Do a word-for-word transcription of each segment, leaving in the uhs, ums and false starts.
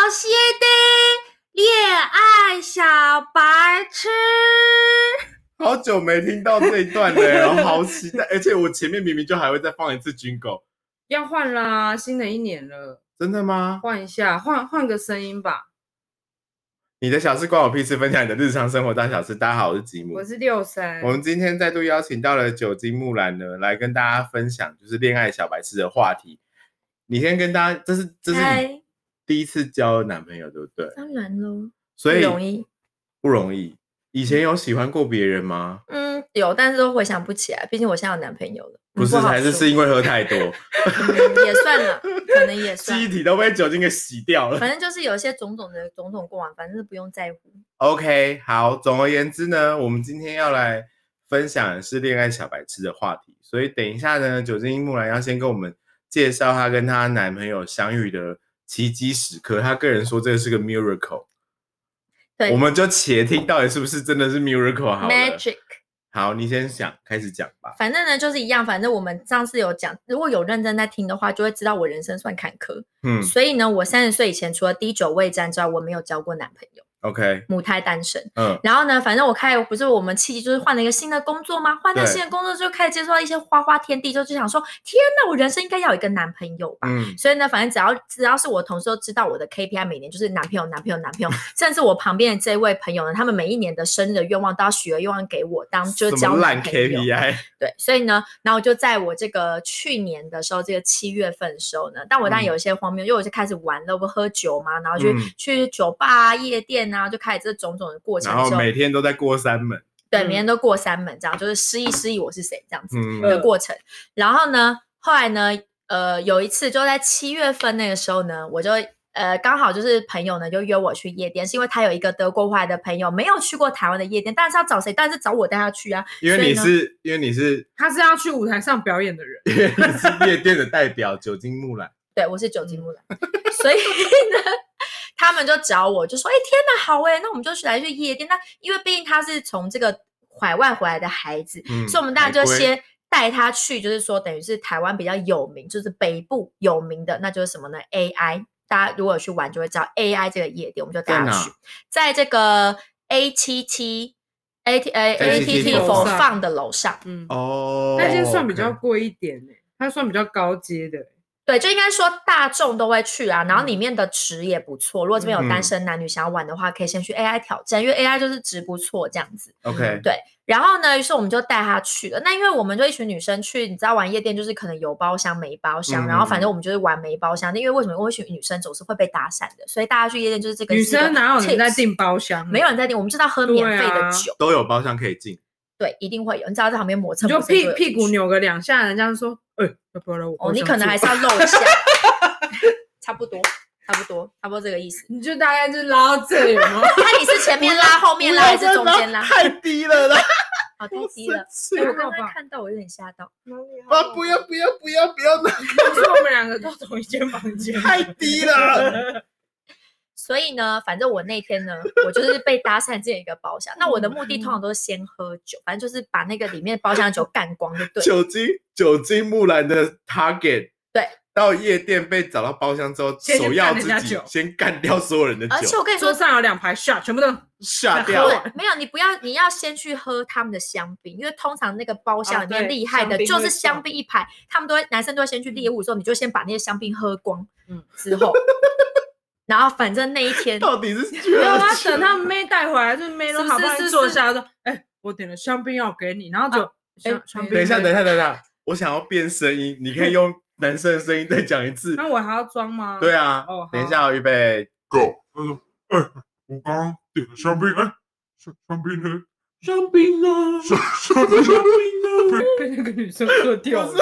些的恋爱小白痴。 好久没听到这一段了，我好期待！而且我前面明明就还会再放一次Jingle。 要换啦，新的一年了。 真的吗？ 换一下，换换个声音吧。 你的小事关我屁事，分享你的日常生活大小事。大家好，我是吉姆， 我是六三。 我们今天再度邀请到了酒精木兰呢，来跟大家分享就是恋爱小白痴的话题。你先跟大家，这是这是你第一次交男朋友，对不对？ 当然咯， 所以不容易， 不容易。以前有喜欢过别人吗？ 嗯，有，但是都回想不起来，毕竟我现在有男朋友了。 不是，还是是因为喝太多、 嗯、也算了，可能也算。 记忆体都被酒精给洗掉了。 反正就是有一些种种的种种过往，反正是不用在乎。 OK， 好，总而言之呢，我们今天要来分享的是恋爱小白痴的话题，所以等一下呢，酒精木兰要先跟我们介绍她跟她男朋友相遇的奇迹时刻。她个人说这个是个 miracle， 对，我们就且听到底是不是真的是 miracle 好了。 Magic。 好，你先想，开始讲吧。 反正呢，就是一样。反正我们上次有讲，如果有认真在听的话，就会知道我人生算坎坷。嗯，所以呢，我三十岁以前，除了滴酒未沾之外，我没有交过男朋友。 OK， 母胎单身。 嗯， 然后呢，反正我开不是我们契机就是换了一个新的工作吗？换了新的工作就开始接触到一些花花天地，就就想说，天哪，我人生应该要有一个男朋友吧。嗯，所以呢，反正只要只要是我同事都知道我的 K P I 每年就是男朋友、男朋友、男朋友，甚至我旁边的这位朋友呢，他们每一年的生日的愿望都要许个愿望给我，当就是交男朋友。 K P I。 对，所以呢，然后就在我这个去年的时候，这个七月份的时候呢，但我当然有一些荒谬，嗯、因为我就开始玩了，我喝酒嘛，然后去、嗯、去酒吧、啊、夜店啊，就开始这种种的过程的时候， 然后每天都在过三门， 对，每天都过三门，这样就是失忆失忆我是谁这样子的过程。嗯、然后呢，后来呢，呃，有一次就在七月份那个时候呢，我就。呃，刚好就是朋友呢就约我去夜店，是因为他有一个德国回来的朋友没有去过台湾的夜店，但是要找谁？当然是找我带他去啊。 因为你是，因为你是， 他是要去舞台上表演的人， 因为你是夜店的代表，酒精木兰。 对，我是酒精木兰，所以呢，他们就找我，就说：“哎、欸，天哪，好哎，那我们就去来去夜店。”那因为毕竟他是从这个海外回来的孩子，嗯、所以我们当然就先带他去，就是说等于是台湾比较有名，就是北部有名的，那就是什么呢 ？A I。大家如果有去玩就会知道 A I 这个夜店，我们就带他去，在这个 A T T A T A T T 佛放的楼上， 嗯哦，那间算比较贵一点诶，它算比较高阶的。 对，就应该说大众都会去啊，然后里面的值也不错。如果这边有单身男女想要玩的话，嗯、可以先去 A I 挑战，因为 A I 就是值不错这样子。 OK， 对。然后呢，于是我们就带他去了。那因为我们就一群女生去，你知道玩夜店就是可能有包厢没包厢，嗯、然后反正我们就是玩没包厢。因为为什么？因为一群女生总是会被搭讪的，所以大家去夜店就是这个。 女生哪有人在订包厢？ 没有人在订，我们知道喝免费的酒， 都有包厢可以进。 对，一定会有。你知道在旁边磨蹭， 就屁屁股扭个两下，人家就说：“哎、欸，要不要来我包厢？” 哦，你可能还是要露一下。差不多，差不多，差不多这个意思。 你就大概就拉到这里吗？ 看你是前面拉、后面拉还是中间拉？ 太低了啦！ 好，太低了。欸、我刚才看到，我有点吓到。 啊！不要不要不要不要！ 可是我们两个都同一间房间， 太低了。 所以呢，反正我那天呢，我就是被搭讪进一个包厢。那我的目的通常都是先喝酒，反正就是把那个里面包厢的酒干光就对了。 酒精酒精木兰的 target。 对。 到夜店被找到包厢之后，首要自己先干掉所有人的酒。 而且我跟你说， 桌上有两排 shot， 全部都下掉。 没有，你不要，你要先去喝他们的香槟，因为通常那个包厢里面厉害的就是香槟一排，他们都会男生都会先去猎物的时候，你就先把那些香槟喝光，嗯，之后，然后反正那一天到底是没有他等他们妹带回来，就是妹都好不容易坐下说，哎，我点了香槟要给你，然后就哎，等一下，等一下，等一下，我想要变声音，你可以用。男生的声音再讲一次， 那我还要装吗？ 对啊，哦，等一下，预备 ，Go。他说：“哎、欸，我刚刚点了香槟，哎、欸，香槟呢？香槟呢？香香槟呢？ 被那个女生喝掉了。”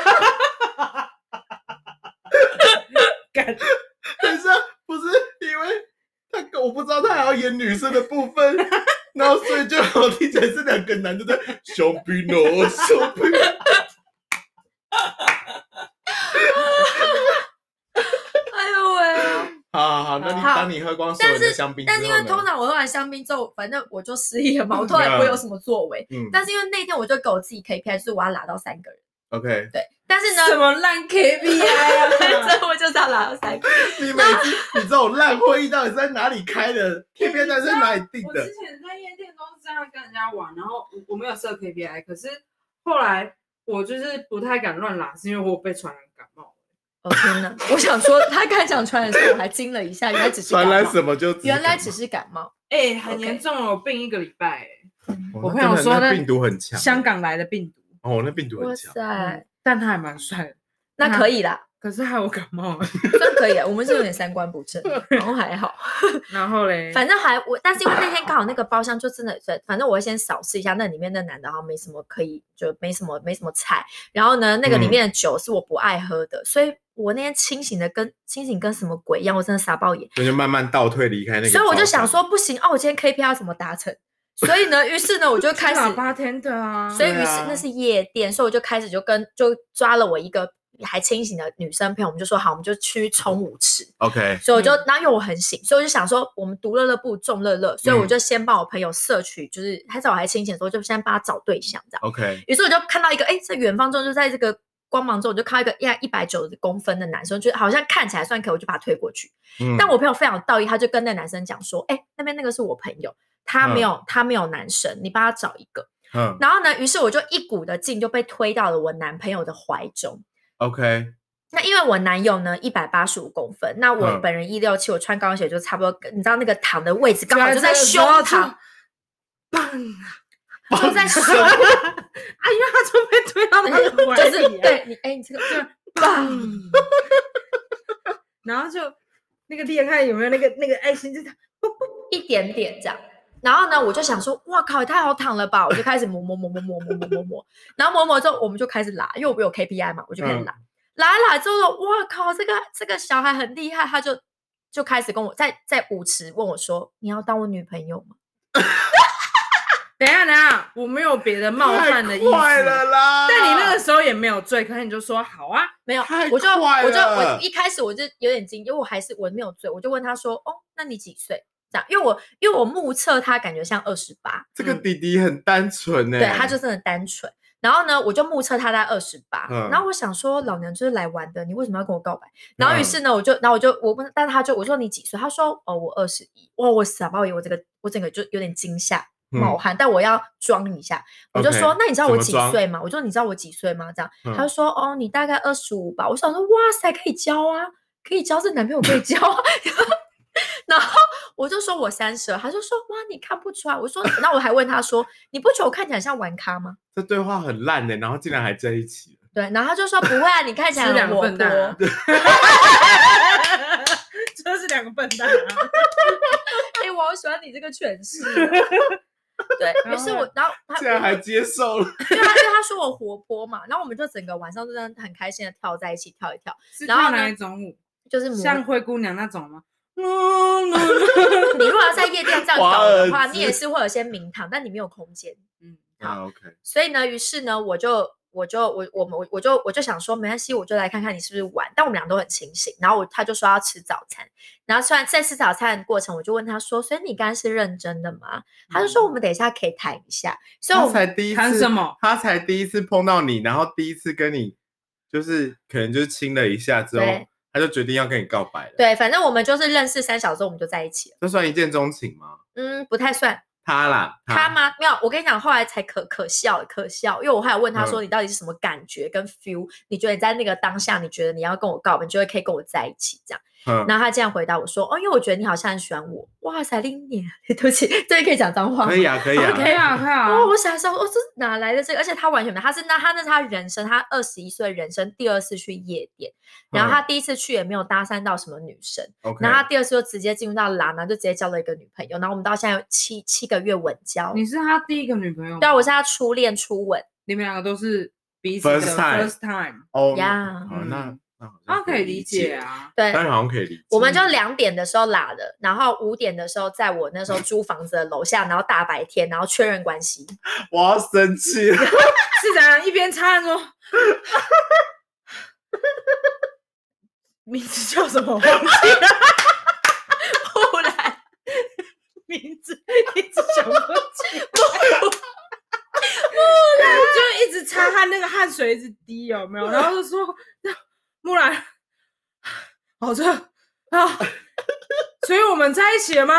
干，等一下，不是因为他，我不知道他还要演女生的部分，然后所以就好听起来是两个男的在香槟哦，香槟。 哎呦喂！ 好好好，那你当你喝光所有的香槟之后呢， 但是因为通常我喝完香槟之后，反正我就失忆了嘛，我突然不会有什么作为。嗯，但是因为那天我就给我自己 K P I， 就是我要拿到三个人。 OK， 对， 但是呢， 什么烂 K P I 啊？ 这我就是要拿到三个。 你每次你这种烂会议到底是在哪里开的 ？K P I 到底是哪里定的？ 我之前在夜店都是这样跟人家玩，然后我没有设 K P I， 可是后来我就是不太敢乱拉，是因为我有被传染感冒。 哦天哪！我想说，他刚才讲传染的时候，我还惊了一下，原来只是感冒。 传染什么就原来只是感冒。 哎、欸，很严重了，我病一个礼拜、欸。 哦、 我朋友说那病毒很强， 香港来的病毒。 哦，那病毒很强。 哇塞、 嗯！但他还蛮帅的。 那可以啦。 可是害我感冒了， 算可以了。我们是有点三观不正，然后还好。 然后嘞， 反正还我，但是因为那天刚好那个包厢就真的，反正我会先扫视一下那里面的男的，好像没什么可以，就没什么没什么菜。然后呢，那个里面的酒是我不爱喝的，嗯、所以我那天清醒的跟清醒跟什么鬼一样，我真的傻爆眼。 所以就慢慢倒退离开那个。 所以我就想说，不行哦，我今天 K P I 要怎么达成？所以呢，于是呢，我就开始八天的啊。 所以于是那是夜店，所以我就开始就跟就抓了我一个还清醒的女生朋友，我们就说好，我们就去冲舞池。 OK， 所以我就，然后因为我很醒，所以我就想说，我们独乐乐不如众乐乐，所以我就先帮我朋友摄取，就是还在我还清醒的时候，就先帮他找对象这样。 OK， 于是我就看到一个，哎，在远方中就在这个光芒中，我就看到一个一一百九十公分的男生，就好像看起来算可以，我就把他推过去。嗯、但我朋友非常道义，他就跟那男生讲说，哎，那边那个是我朋友，他没有、嗯、他没有男生，你帮他找一个。嗯、然后呢，于是我就一股的劲就被推到了我男朋友的怀中。 OK。 那因为我男友呢一百八十五公分，那我本人一六七，我穿高跟鞋就差不多，你知道那个躺的位置刚好就在胸膛， 棒， 就在胸， 哎呀，他就被推到那个怀里、啊， 就是对你，哎，你这个就棒， 然后就那个恋爱有没有那个那个爱心就一点点这样。然后呢，我就想说，哇靠，也太好躺了吧！我就开始磨磨磨磨磨磨磨磨磨，然后磨磨之后，我们就开始拉，因为我们有 K P I 嘛，我就开始拉。嗯来来之后，哇靠，这个这个小孩很厉害，他就就开始跟我在在舞池问我说：“你要当我女朋友吗？” 等一下，等一下，我没有别的冒犯的意思。 快了啦！ 但你那个时候也没有醉，可是你就说好啊， 没有，我就我就我一开始我就有点惊，因为我还是我没有醉，我就问他说：“哦，那你几岁？”这样，因为我因为我目测他感觉像二十八， 这个弟弟很单纯哎、 欸，对，他就真的单纯。然后呢，我就目测他在二十八，然后我想说，老娘就是来玩的，你为什么要跟我告白？然后于是呢，我就，然后我就，我问，但是他就，我说你几岁？他说，哦，我二十一。哇，我傻爆眼，我这个，我整个就有点惊吓，冒汗，嗯、但我要装一下，我就说， okay, 那你知道我几岁吗？我说你知道我几岁吗？这样，嗯、他就说，哦，你大概二十五吧。我想说，哇塞，可以交啊，可以交，这男朋友可以交啊。然后我就说我三十了，他就说哇你看不出来，我说那我还问他说你不觉得我看起来像玩咖吗？ 这对话很烂的、欸，然后竟然还在一起。 对，然后他就说不会啊，你看起来很活泼。 这是两个笨蛋啊！ 哎、欸，我好喜欢你这个诠释。对，于是我，然后他竟然还接受了， 因为他因为他说我活泼嘛，然后我们就整个晚上都真的很开心的跳在一起，跳一跳。 然后哪一种舞？ 就是像灰姑娘那种吗？ 你如果要在夜店这样搞的话，你也是会有些名堂，但你没有空间。嗯， 好、ah, ，OK。 所以呢，于是呢，我就我就我我我我就我就想说，没关系，我就来看看你是不是玩。但我们俩都很清醒。然后我他就说要吃早餐，然后虽然在吃早餐的过程，我就问他说，所以你刚刚是认真的吗？他就说我们等一下可以谈一下。所以我他才第一次谈什么？他才第一次碰到你，然后第一次跟你就是可能就是亲了一下之后。他就决定要跟你告白了。 对，反正我们就是认识三小时，我们就在一起了。 这算一见钟情吗？ 嗯，不太算。 他啦， 他, 他吗？没有，我跟你讲，后来才可可笑，可笑，因为我还有问他说，嗯、你到底是什么感觉跟 feel？ 你觉得你在那个当下，你觉得你要跟我告白，你就会可以跟我在一起这样。嗯、然后他这样回答我说：“哦，因为我觉得你好像很喜欢我。”哇塞，拎你，对不起，这里可以讲脏话吗？ 可以啊，可以啊， 可以啊，可以啊。 哦，我想说，我、哦、这哪来的这个？而且他完全没有，他是那他那是他人生，他二十一岁人生第二次去夜店，然后他第一次去也没有搭讪到什么女生，嗯、然后他第二次就直接进入到拉，然后就直接交了一个女朋友，然后我们到现在有七七个月稳交。 你是他第一个女朋友吗？ 对啊，我是他初恋初吻。 你们两个都是彼此的 first time。 哦呀， 好那。 那可以理解啊， 对， 当然好像可以理解。 我们就两点的时候拉的，然后五点的时候在我那时候租房子的楼下，然后大白天，然后确认关系。 我要生气了， 是怎样？一边擦说，名字叫什么？忘记了。 后来名字一直想不起来。就一直擦他那个，他汗水一直滴，有没有？然后就说木兰，好热啊，所以我们在一起了吗？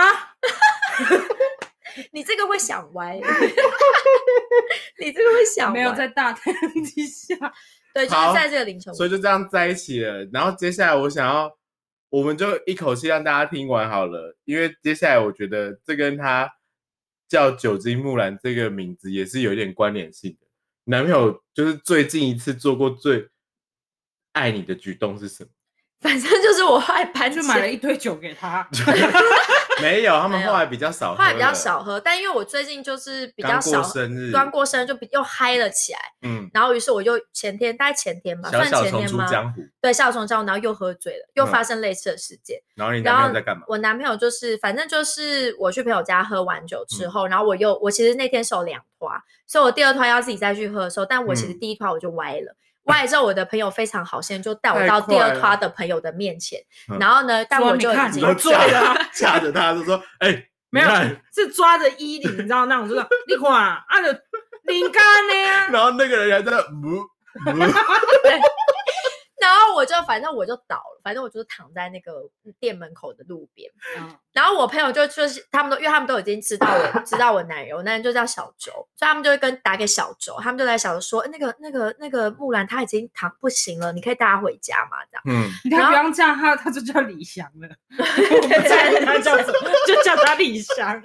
你这个会想歪，你这个会想歪， 没有在大太阳底下， 对，就是在这个凌晨， 所以就这样在一起了。然后接下来我想要，我们就一口气让大家听完好了，因为接下来我觉得这跟他叫酒精木兰这个名字也是有一点关联性的。男朋友就是最近一次做过最爱你的举动是什么？ 反正就是我后来搬就买了一堆酒给他。 没有，他们后来比较少喝， 后来比较少喝，但因为我最近就是比较少， 刚过生日， 刚过生日就比又嗨了起来，嗯，然后于是我就前天大概前天吧， 小小算前天吗？ 江湖， 对，小小江湖，然后又喝醉了，又发生类似的事件。嗯、 然后你男朋友在干嘛？ 我男朋友就是反正就是我去朋友家喝完酒之后，嗯、然后我又我其实那天是有两团，所以我第二团要自己再去喝的时候，但我其实第一团我就歪了。嗯歪了之后，我的朋友非常好心，就带我到第二团的朋友的面前，然后呢，但我就已经醉了， 架着他就说：“哎、欸， 没有，是抓着衣领，你知道那种，就是你看啊，啊就领干的呀。” 然后那个人还在那呜呜， 然后我就反正我就倒了，反正我就是躺在那个店门口的路边。嗯、然后我朋友就就是他们都因为他们都已经知道我知道我男人，我男人就叫小周，所以他们就会跟打给小周，他们就来小周说那个那个那个木兰她已经躺不行了，你可以带她回家嘛这样。 嗯，你不用这样，他他就叫李翔了，我不在乎他叫什么，就叫他李翔。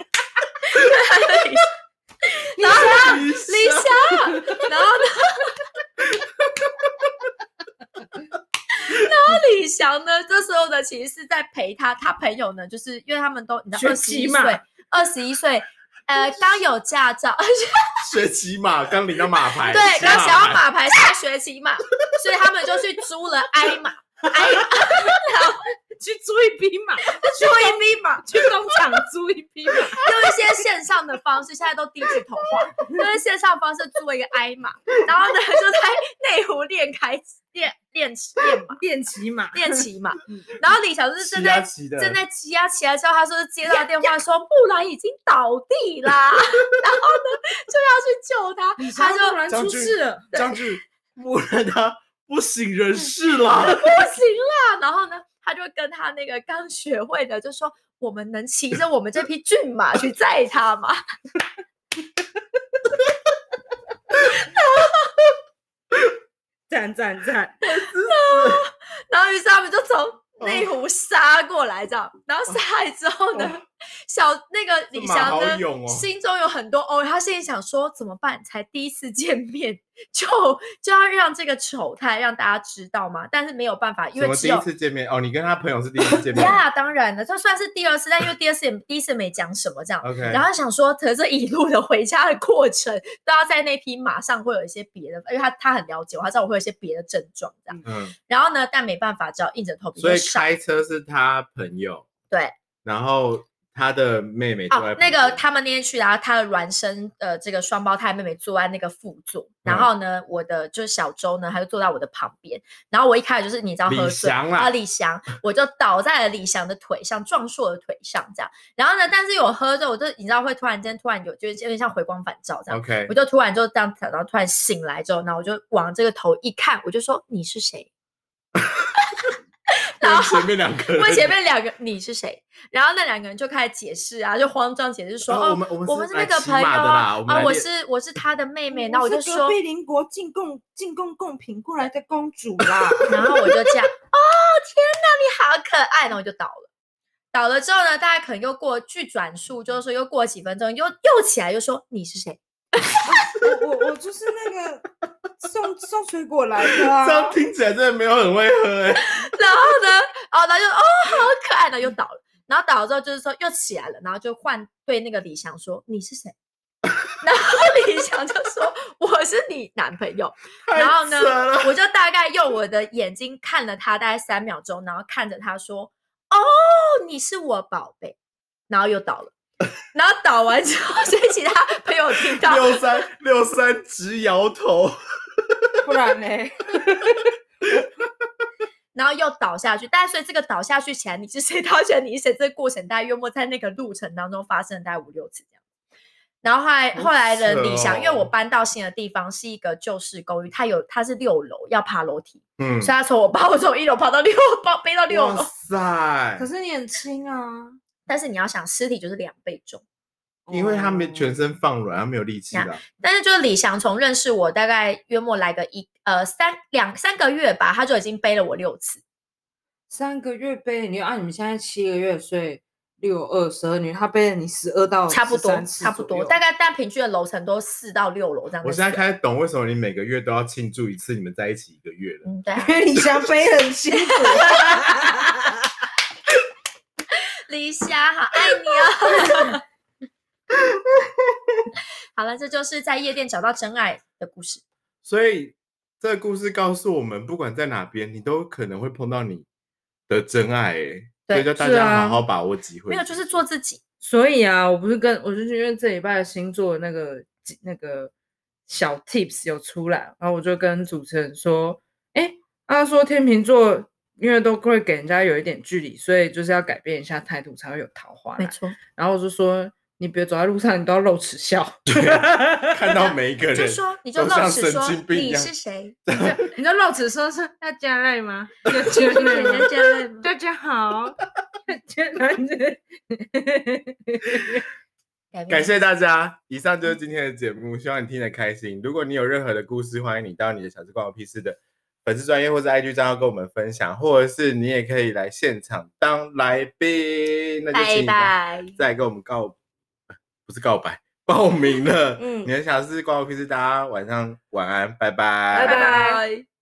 然后李翔，然后呢？然后李翔呢，这时候呢，其实是在陪他，他朋友呢，就是因为他们都你知道二十一岁，二十一岁，呃，刚有驾照， 学骑马，刚领到马牌， 对，刚想要马牌，想要学骑马，所以他们就去租了挨马，挨马，然后去租一匹马， 租一匹马， 去工厂租一匹马，用一些线上的方式，现在都低级同化，用线上方式租了一个挨马，然后呢，就在内湖练开练练练马， 练骑马， 练骑马。然后李小就是正在正在骑啊骑啊之后，他说是接到电话说木兰已经倒地啦，然后呢就要去救他，他就木兰出事了， 将军木兰他不省人事啦， 不行啦。然后呢，他就跟他那个刚学会的就说，我们能骑着我们这匹骏马去载他吗？ 赞赞赞！ 然后于是他们就从内湖杀过来，这样，然后杀来之后呢，小那个李翔呢，心中有很多哦，他心里想说怎么办？才第一次见面就就要让这个丑态让大家知道吗？但是没有办法，因为只有第一次见面哦，你跟他朋友是第一次见面， 呀，当然了，就算是第二次，但因为第二次也第一次没讲什么这样， OK， 然后想说，可是这一路的回家的过程都要在那匹马上会有一些别的，因为他他很了解我，他知道我会有一些别的症状这样，嗯，然后呢，但没办法，只好硬着头皮。 所以开车是他朋友， 对， 然后他的妹妹坐在、 哦、那个他们那天去，然后他的孪生呃这个双胞胎妹妹坐在那个副座，然后呢，嗯、我的就是小周呢，他就坐在我的旁边，然后我一开始就是你知道喝醉啊，李翔，我就倒在了李翔的腿上，壮硕的腿上这样，然后呢，但是有喝着，我就你知道会突然间突然有就是有点像回光返照这样 ，OK， 我就突然就这样，然后突然醒来之后，然后我就往这个头一看，我就说你是谁？ 然后前面两个人， 问前面两个你是谁？然后那两个人就开始解释啊，就慌张解释说，哦， 我们我们是那个朋友啊，啊，我是我是他的妹妹，然后我就说， 隔壁邻国进贡进贡贡品过来的公主啦， 然后我就这样，哦，天哪，你好可爱，然后我就倒了。倒了之后呢，大概可能又过据转述，就是说又过几分钟，又又起来又说你是谁？ 我我我就是那个送送水果来的啊， 这样听起来真的没有很会喝哎、欸。 然后呢，哦，他就哦好可爱的又倒了，然后倒了之后就是说又起来了，然后就换对那个李翔说你是谁？然后李翔就说我是你男朋友，然后呢，我就大概用我的眼睛看了他大概三秒钟，然后看着他说哦你是我宝贝，然后又倒了。然后倒完之后，所以其他朋友听到六三六三直摇头， 不然呢？ 然后又倒下去，但所以这个倒下去起来，你是谁？他觉得你是谁？这个过程大概约莫在那个路程当中发生了大概五六次这样。 然后后来后来的理想， 哦、 因为我搬到新的地方是一个旧式公寓，它有它是六楼，要爬楼梯，嗯，所以他从我把我从一楼跑到六跑背到六楼。哇塞！ 可是你很轻啊， 但是你要想尸体就是两倍重， 因为他没全身放软，他没有力气的。 但是就是李翔从认识我大概约莫来个一呃三两三个月吧，他就已经背了我六次。 三个月背你按、啊、你们现在七个月，所以六二十二年，他背了你十二到差不多差不多，大概但平均的楼层都四到六楼这样。 我现在开始懂为什么你每个月都要庆祝一次你们在一起一个月了。 嗯，对、啊， 因为李翔背很辛苦。 李翔好爱你哦。好了，这就是在夜店找到真爱的故事。 所以这个故事告诉我们，不管在哪边，你都可能会碰到你的真爱哎，所以叫大家好好把握机会、 啊。没有，就是做自己。 所以啊，我不是跟我就是因为这礼拜的星座那个那个小 tips 有出来，然后我就跟主持人说，哎，他说天秤座因为都会给人家有一点距离，所以就是要改变一下态度才会有桃花。 没错。 然后我就说，你别走在路上，你都要露齿笑， 看到每一个人， 就说你就露齿说你是谁， 你就露齿说是要加赖吗？要加赖吗？ 要加赖吗？ 大家好， 感谢大家，以上就是今天的节目，希望你听得开心。如果你有任何的故事，欢迎你到你的小事关我屁事的粉丝专页或是 I G 账号跟我们分享，或者是你也可以来现场当来宾，那就请你再跟我们告。不是告白，报名了。嗯，你的小事关我屁事，大家晚上晚安，拜拜， 拜拜。